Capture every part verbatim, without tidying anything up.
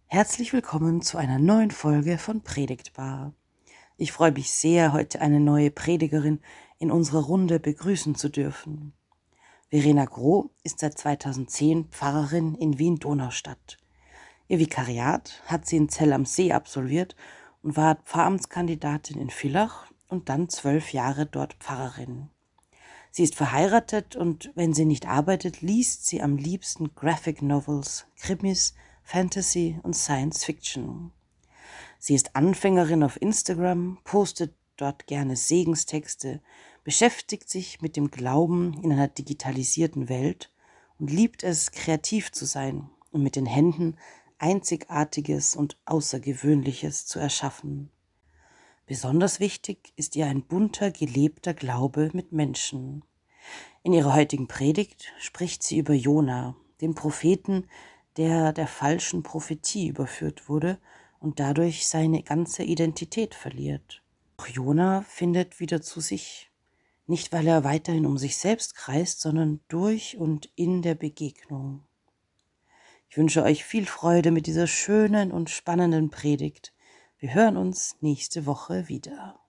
Herzlich willkommen zu einer neuen Folge von Predigtbar. Ich freue mich sehr, heute eine neue Predigerin in unserer Runde begrüßen zu dürfen. Verena Groh ist seit zweitausendzehn Pfarrerin in Wien-Donaustadt. Ihr Vikariat hat sie in Zell am See absolviert und war Pfarramtskandidatin in Villach und dann zwölf Jahre dort Pfarrerin. Sie ist verheiratet und wenn sie nicht arbeitet, liest sie am liebsten Graphic Novels, Krimis, Fantasy und Science Fiction. Sie ist Anfängerin auf Instagram, postet dort gerne Segenstexte, beschäftigt sich mit dem Glauben in einer digitalisierten Welt und liebt es, kreativ zu sein und mit den Händen Einzigartiges und Außergewöhnliches zu erschaffen. Besonders wichtig ist ihr ein bunter, gelebter Glaube mit Menschen. In ihrer heutigen Predigt spricht sie über Jona, den Propheten, der der falschen Prophetie überführt wurde und dadurch seine ganze Identität verliert. Doch Jona findet wieder zu sich, nicht weil er weiterhin um sich selbst kreist, sondern durch und in der Begegnung. Ich wünsche euch viel Freude mit dieser schönen und spannenden Predigt. Wir hören uns nächste Woche wieder.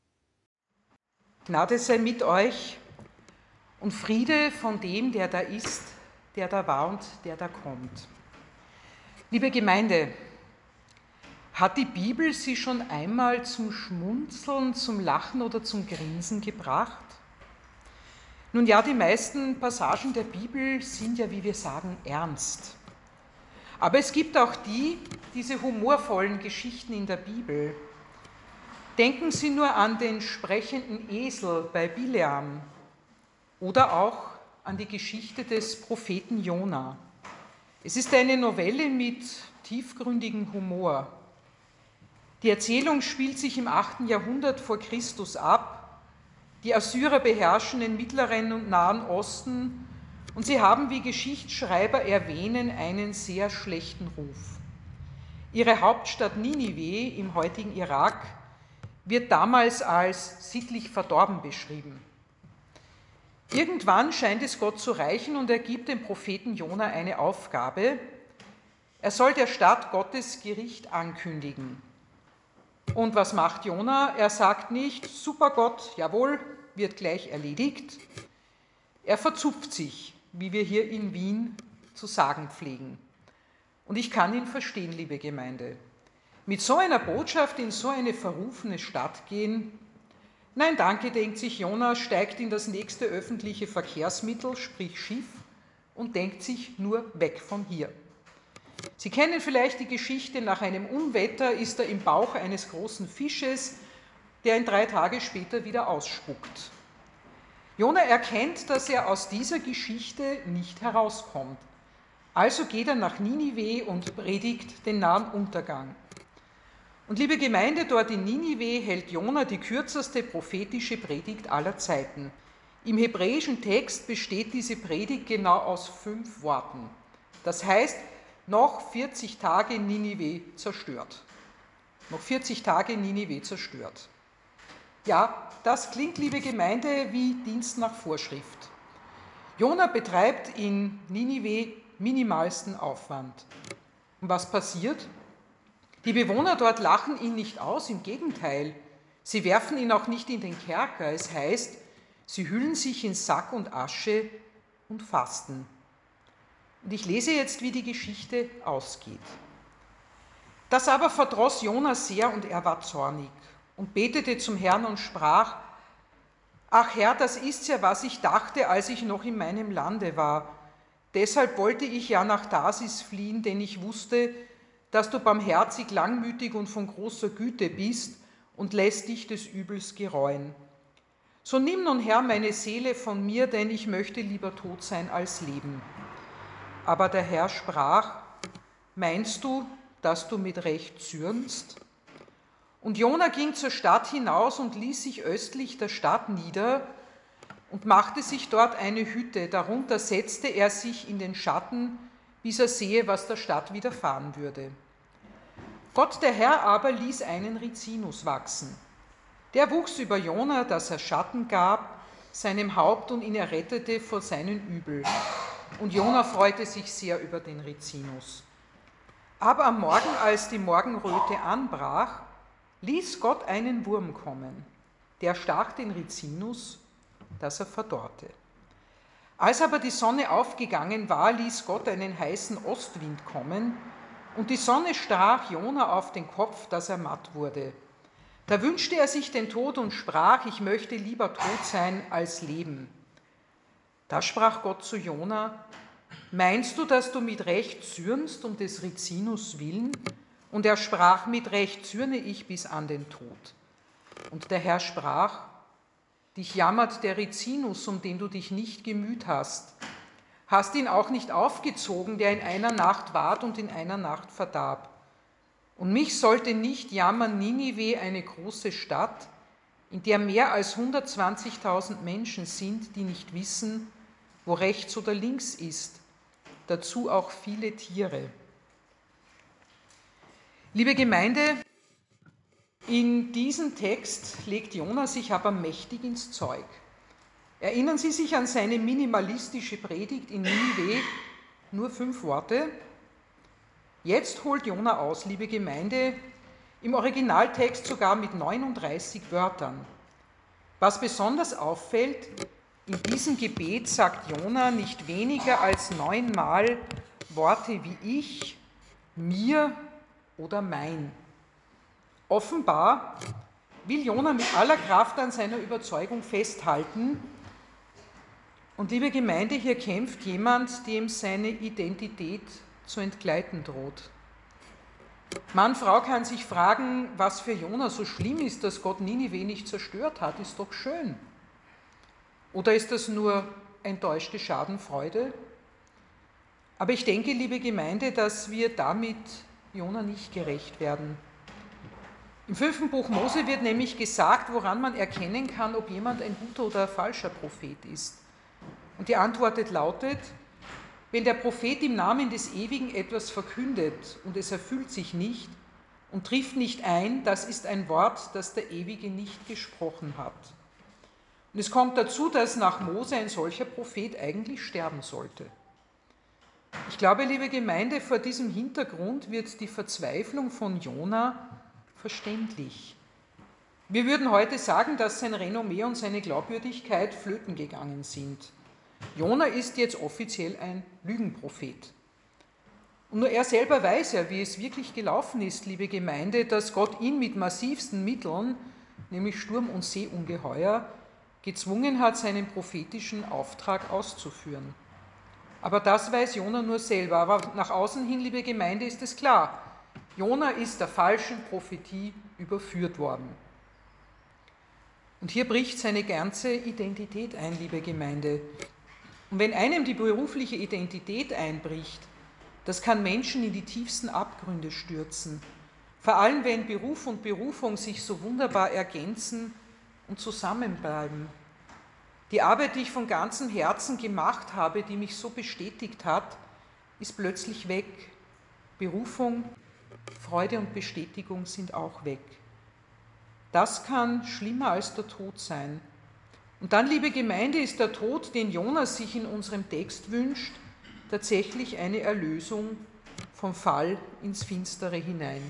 Gnade sei mit euch und Friede von dem, der da ist, der da war und der da kommt. Liebe Gemeinde, hat die Bibel Sie schon einmal zum Schmunzeln, zum Lachen oder zum Grinsen gebracht? Nun ja, die meisten Passagen der Bibel sind ja, wie wir sagen, ernst. Aber es gibt auch die, diese humorvollen Geschichten in der Bibel. Denken Sie nur an den sprechenden Esel bei Bileam oder auch an die Geschichte des Propheten Jona. Es ist eine Novelle mit tiefgründigem Humor. Die Erzählung spielt sich im achten Jahrhundert vor Christus ab. Die Assyrer beherrschen den Mittleren und Nahen Osten und sie haben, wie Geschichtsschreiber erwähnen, einen sehr schlechten Ruf. Ihre Hauptstadt Ninive im heutigen Irak wird damals als sittlich verdorben beschrieben. Irgendwann scheint es Gott zu reichen und er gibt dem Propheten Jona eine Aufgabe. Er soll der Stadt Gottes Gericht ankündigen. Und was macht Jona? Er sagt nicht, super Gott, jawohl, wird gleich erledigt. Er verzupft sich, wie wir hier in Wien zu sagen pflegen. Und ich kann ihn verstehen, liebe Gemeinde. Mit so einer Botschaft in so eine verrufene Stadt gehen? Nein, danke, denkt sich Jona, steigt in das nächste öffentliche Verkehrsmittel, sprich Schiff, und denkt sich nur weg von hier. Sie kennen vielleicht die Geschichte, nach einem Unwetter ist er im Bauch eines großen Fisches, der ihn drei Tage später wieder ausspuckt. Jona erkennt, dass er aus dieser Geschichte nicht herauskommt. Also geht er nach Ninive und predigt den nahen Untergang. Und liebe Gemeinde, dort in Ninive hält Jona die kürzeste prophetische Predigt aller Zeiten. Im hebräischen Text besteht diese Predigt genau aus fünf Worten. Das heißt, noch vierzig Tage Ninive zerstört. Noch vierzig Tage Ninive zerstört. Ja, das klingt, liebe Gemeinde, wie Dienst nach Vorschrift. Jona betreibt in Ninive minimalsten Aufwand. Und was passiert? Die Bewohner dort lachen ihn nicht aus, im Gegenteil. Sie werfen ihn auch nicht in den Kerker. Es heißt, sie hüllen sich in Sack und Asche und fasten. Und ich lese jetzt, wie die Geschichte ausgeht. Das aber verdross Jona sehr und er war zornig und betete zum Herrn und sprach, ach Herr, das ist ja, was ich dachte, als ich noch in meinem Lande war. Deshalb wollte ich ja nach Tarsis fliehen, denn ich wusste, dass du barmherzig, langmütig und von großer Güte bist und lässt dich des Übels gereuen. So nimm nun, Herr, meine Seele von mir, denn ich möchte lieber tot sein als leben. Aber der Herr sprach, meinst du, dass du mit Recht zürnst? Und Jona ging zur Stadt hinaus und ließ sich östlich der Stadt nieder und machte sich dort eine Hütte. Darunter setzte er sich in den Schatten, bis er sehe, was der Stadt widerfahren würde. Gott, der Herr, aber ließ einen Rizinus wachsen. Der wuchs über Jona, dass er Schatten gab, seinem Haupt und ihn errettete vor seinen Übel. Und Jona freute sich sehr über den Rizinus. Aber am Morgen, als die Morgenröte anbrach, ließ Gott einen Wurm kommen. Der stach den Rizinus, dass er verdorrte. Als aber die Sonne aufgegangen war, ließ Gott einen heißen Ostwind kommen, und die Sonne stach Jona auf den Kopf, dass er matt wurde. Da wünschte er sich den Tod und sprach: Ich möchte lieber tot sein als leben. Da sprach Gott zu Jona: Meinst du, dass du mit Recht zürnst um des Rizinus willen? Und er sprach: Mit Recht zürne ich bis an den Tod. Und der Herr sprach: Dich jammert der Rizinus, um den du dich nicht gemüht hast. Hast ihn auch nicht aufgezogen, der in einer Nacht ward und in einer Nacht verdarb. Und mich sollte nicht jammern Ninive, eine große Stadt, in der mehr als hundertzwanzigtausend Menschen sind, die nicht wissen, wo rechts oder links ist, dazu auch viele Tiere. Liebe Gemeinde, in diesem Text legt Jona sich aber mächtig ins Zeug. Erinnern Sie sich an seine minimalistische Predigt in Ninive, nur fünf Worte. Jetzt holt Jona aus, liebe Gemeinde, im Originaltext sogar mit neununddreißig Wörtern. Was besonders auffällt, in diesem Gebet sagt Jona nicht weniger als neunmal Worte wie ich, mir oder mein. Offenbar will Jona mit aller Kraft an seiner Überzeugung festhalten. Und liebe Gemeinde, hier kämpft jemand, dem seine Identität zu entgleiten droht. Mann, Frau kann sich fragen, was für Jona so schlimm ist, dass Gott Ninive nicht zerstört hat, ist doch schön. Oder ist das nur enttäuschte Schadenfreude? Aber ich denke, liebe Gemeinde, dass wir damit Jona nicht gerecht werden. Im fünften Buch Mose wird nämlich gesagt, woran man erkennen kann, ob jemand ein guter oder ein falscher Prophet ist. Und die Antwort lautet: Wenn der Prophet im Namen des Ewigen etwas verkündet und es erfüllt sich nicht und trifft nicht ein, das ist ein Wort, das der Ewige nicht gesprochen hat. Und es kommt dazu, dass nach Mose ein solcher Prophet eigentlich sterben sollte. Ich glaube, liebe Gemeinde, vor diesem Hintergrund wird die Verzweiflung von Jona verständlich. Wir würden heute sagen, dass sein Renommee und seine Glaubwürdigkeit flöten gegangen sind. Jona ist jetzt offiziell ein Lügenprophet. Und nur er selber weiß ja, wie es wirklich gelaufen ist, liebe Gemeinde, dass Gott ihn mit massivsten Mitteln, nämlich Sturm und Seeungeheuer, gezwungen hat, seinen prophetischen Auftrag auszuführen. Aber das weiß Jona nur selber. Aber nach außen hin, liebe Gemeinde, ist es klar: Jona ist der falschen Prophetie überführt worden. Und hier bricht seine ganze Identität ein, liebe Gemeinde. Und wenn einem die berufliche Identität einbricht, das kann Menschen in die tiefsten Abgründe stürzen. Vor allem, wenn Beruf und Berufung sich so wunderbar ergänzen und zusammenbleiben. Die Arbeit, die ich von ganzem Herzen gemacht habe, die mich so bestätigt hat, ist plötzlich weg. Berufung, Freude und Bestätigung sind auch weg. Das kann schlimmer als der Tod sein. Und dann, liebe Gemeinde, ist der Tod, den Jona sich in unserem Text wünscht, tatsächlich eine Erlösung vom Fall ins Finstere hinein.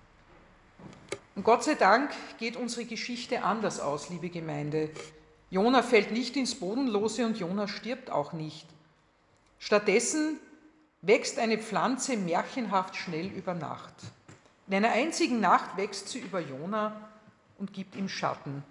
Und Gott sei Dank geht unsere Geschichte anders aus, liebe Gemeinde. Jona fällt nicht ins Bodenlose und Jona stirbt auch nicht. Stattdessen wächst eine Pflanze märchenhaft schnell über Nacht. In einer einzigen Nacht wächst sie über Jona und gibt ihm Schatten.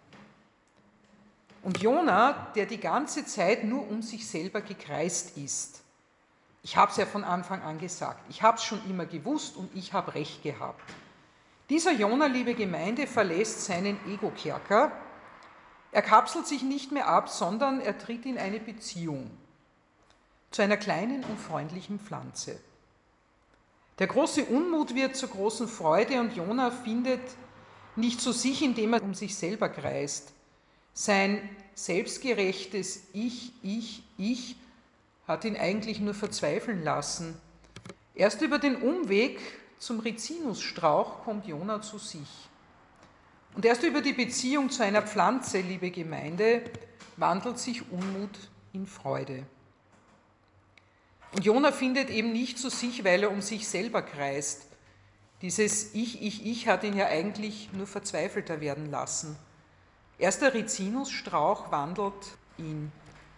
Und Jona, der die ganze Zeit nur um sich selber gekreist ist, ich habe es ja von Anfang an gesagt, ich habe es schon immer gewusst und ich habe recht gehabt. Dieser Jona, liebe Gemeinde, verlässt seinen Ego-Kerker. Er kapselt sich nicht mehr ab, sondern er tritt in eine Beziehung zu einer kleinen und freundlichen Pflanze. Der große Unmut wird zur großen Freude und Jona findet nicht zu sich, indem er um sich selber kreist. Sein selbstgerechtes Ich, Ich, Ich hat ihn eigentlich nur verzweifeln lassen. Erst über den Umweg zum Rizinusstrauch kommt Jona zu sich. Und erst über die Beziehung zu einer Pflanze, liebe Gemeinde, wandelt sich Unmut in Freude. Und Jona findet eben nicht zu sich, weil er um sich selber kreist. Dieses Ich, Ich, Ich hat ihn ja eigentlich nur verzweifelter werden lassen. Erst der Rizinusstrauch wandelt ihn.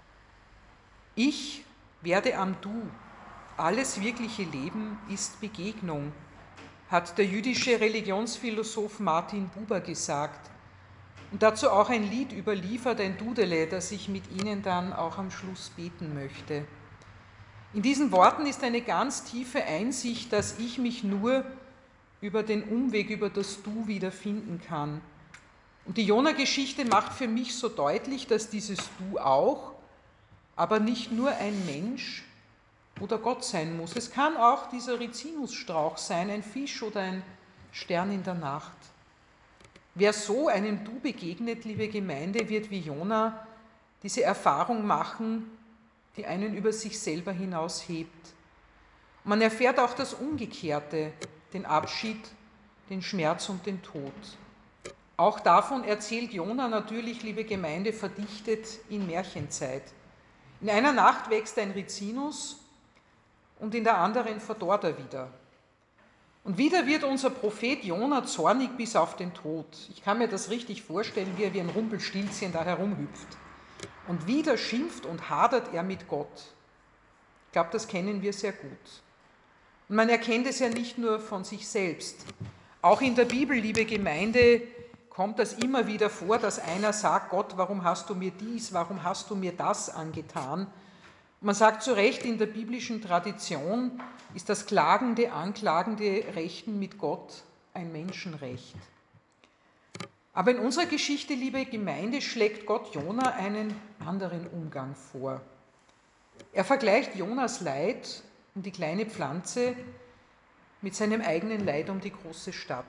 Ich werde am Du. Alles wirkliche Leben ist Begegnung, hat der jüdische Religionsphilosoph Martin Buber gesagt. Und dazu auch ein Lied überliefert, ein Dudele, das ich mit Ihnen dann auch am Schluss beten möchte. In diesen Worten ist eine ganz tiefe Einsicht, dass ich mich nur über den Umweg, über das Du wiederfinden kann. Und die Jona-Geschichte macht für mich so deutlich, dass dieses Du auch, aber nicht nur ein Mensch oder Gott sein muss. Es kann auch dieser Rizinusstrauch sein, ein Fisch oder ein Stern in der Nacht. Wer so einem Du begegnet, liebe Gemeinde, wird wie Jona diese Erfahrung machen, die einen über sich selber hinaus hebt. Man erfährt auch das Umgekehrte, den Abschied, den Schmerz und den Tod. Auch davon erzählt Jona natürlich, liebe Gemeinde, verdichtet in Märchenzeit. In einer Nacht wächst ein Rizinus und in der anderen verdorrt er wieder. Und wieder wird unser Prophet Jona zornig bis auf den Tod. Ich kann mir das richtig vorstellen, wie er wie ein Rumpelstilzchen da herumhüpft. Und wieder schimpft und hadert er mit Gott. Ich glaube, das kennen wir sehr gut. Und man erkennt es ja nicht nur von sich selbst. Auch in der Bibel, liebe Gemeinde, kommt das immer wieder vor, dass einer sagt, Gott, warum hast du mir dies, warum hast du mir das angetan? Und man sagt zu Recht, in der biblischen Tradition ist das klagende, anklagende Rechten mit Gott ein Menschenrecht. Aber in unserer Geschichte, liebe Gemeinde, schlägt Gott Jona einen anderen Umgang vor. Er vergleicht Jonas Leid um die kleine Pflanze mit seinem eigenen Leid um die große Stadt.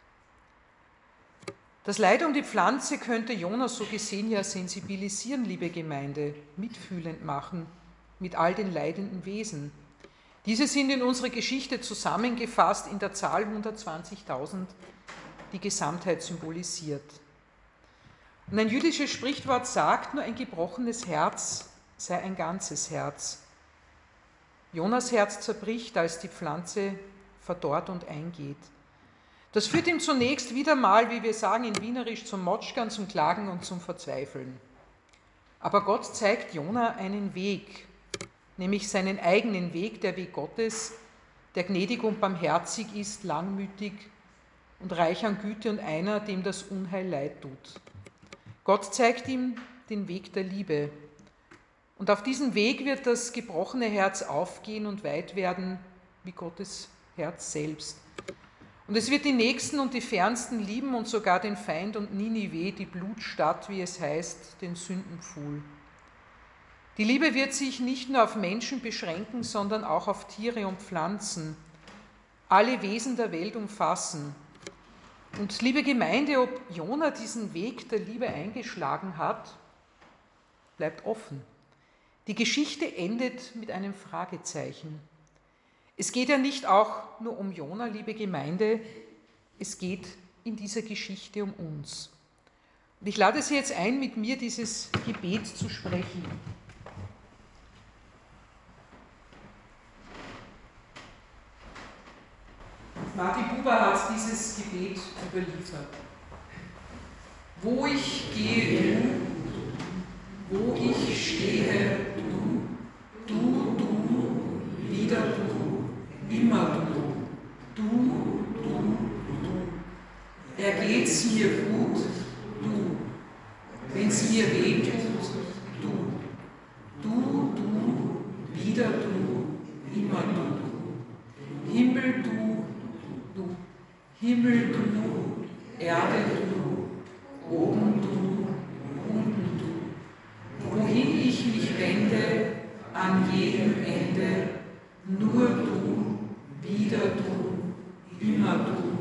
Das Leid um die Pflanze könnte Jona so gesehen ja sensibilisieren, liebe Gemeinde, mitfühlend machen mit all den leidenden Wesen. Diese sind in unserer Geschichte zusammengefasst in der Zahl hundertzwanzigtausend, die Gesamtheit symbolisiert. Und ein jüdisches Sprichwort sagt, nur ein gebrochenes Herz sei ein ganzes Herz. Jonas Herz zerbricht, als die Pflanze verdorrt und eingeht. Das führt ihm zunächst wieder mal, wie wir sagen in Wienerisch, zum Motschkern, zum Klagen und zum Verzweifeln. Aber Gott zeigt Jona einen Weg, nämlich seinen eigenen Weg, der Weg Gottes, der gnädig und barmherzig ist, langmütig und reich an Güte und einer, dem das Unheil leid tut. Gott zeigt ihm den Weg der Liebe. Und auf diesem Weg wird das gebrochene Herz aufgehen und weit werden wie Gottes Herz selbst. Und es wird die Nächsten und die Fernsten lieben und sogar den Feind und Ninive, die Blutstadt, wie es heißt, den Sündenpfuhl. Die Liebe wird sich nicht nur auf Menschen beschränken, sondern auch auf Tiere und Pflanzen, alle Wesen der Welt umfassen. Und liebe Gemeinde, ob Jona diesen Weg der Liebe eingeschlagen hat, bleibt offen. Die Geschichte endet mit einem Fragezeichen. Es geht ja nicht auch nur um Jona, liebe Gemeinde, es geht in dieser Geschichte um uns. Und ich lade Sie jetzt ein, mit mir dieses Gebet zu sprechen. Martin Buber hat dieses Gebet überliefert. Wo ich gehe, wo ich stehe, du, du, du, wieder du, immer du, du, du, du. Ergeht's mir gut, du, wenn's mir weh tut, du, du, du, wieder du, immer du. Himmel du, du, Himmel du, Erde du, oben du, unten du. Wohin ich mich wende, an jedem Ende, nur du, wieder du, immer du.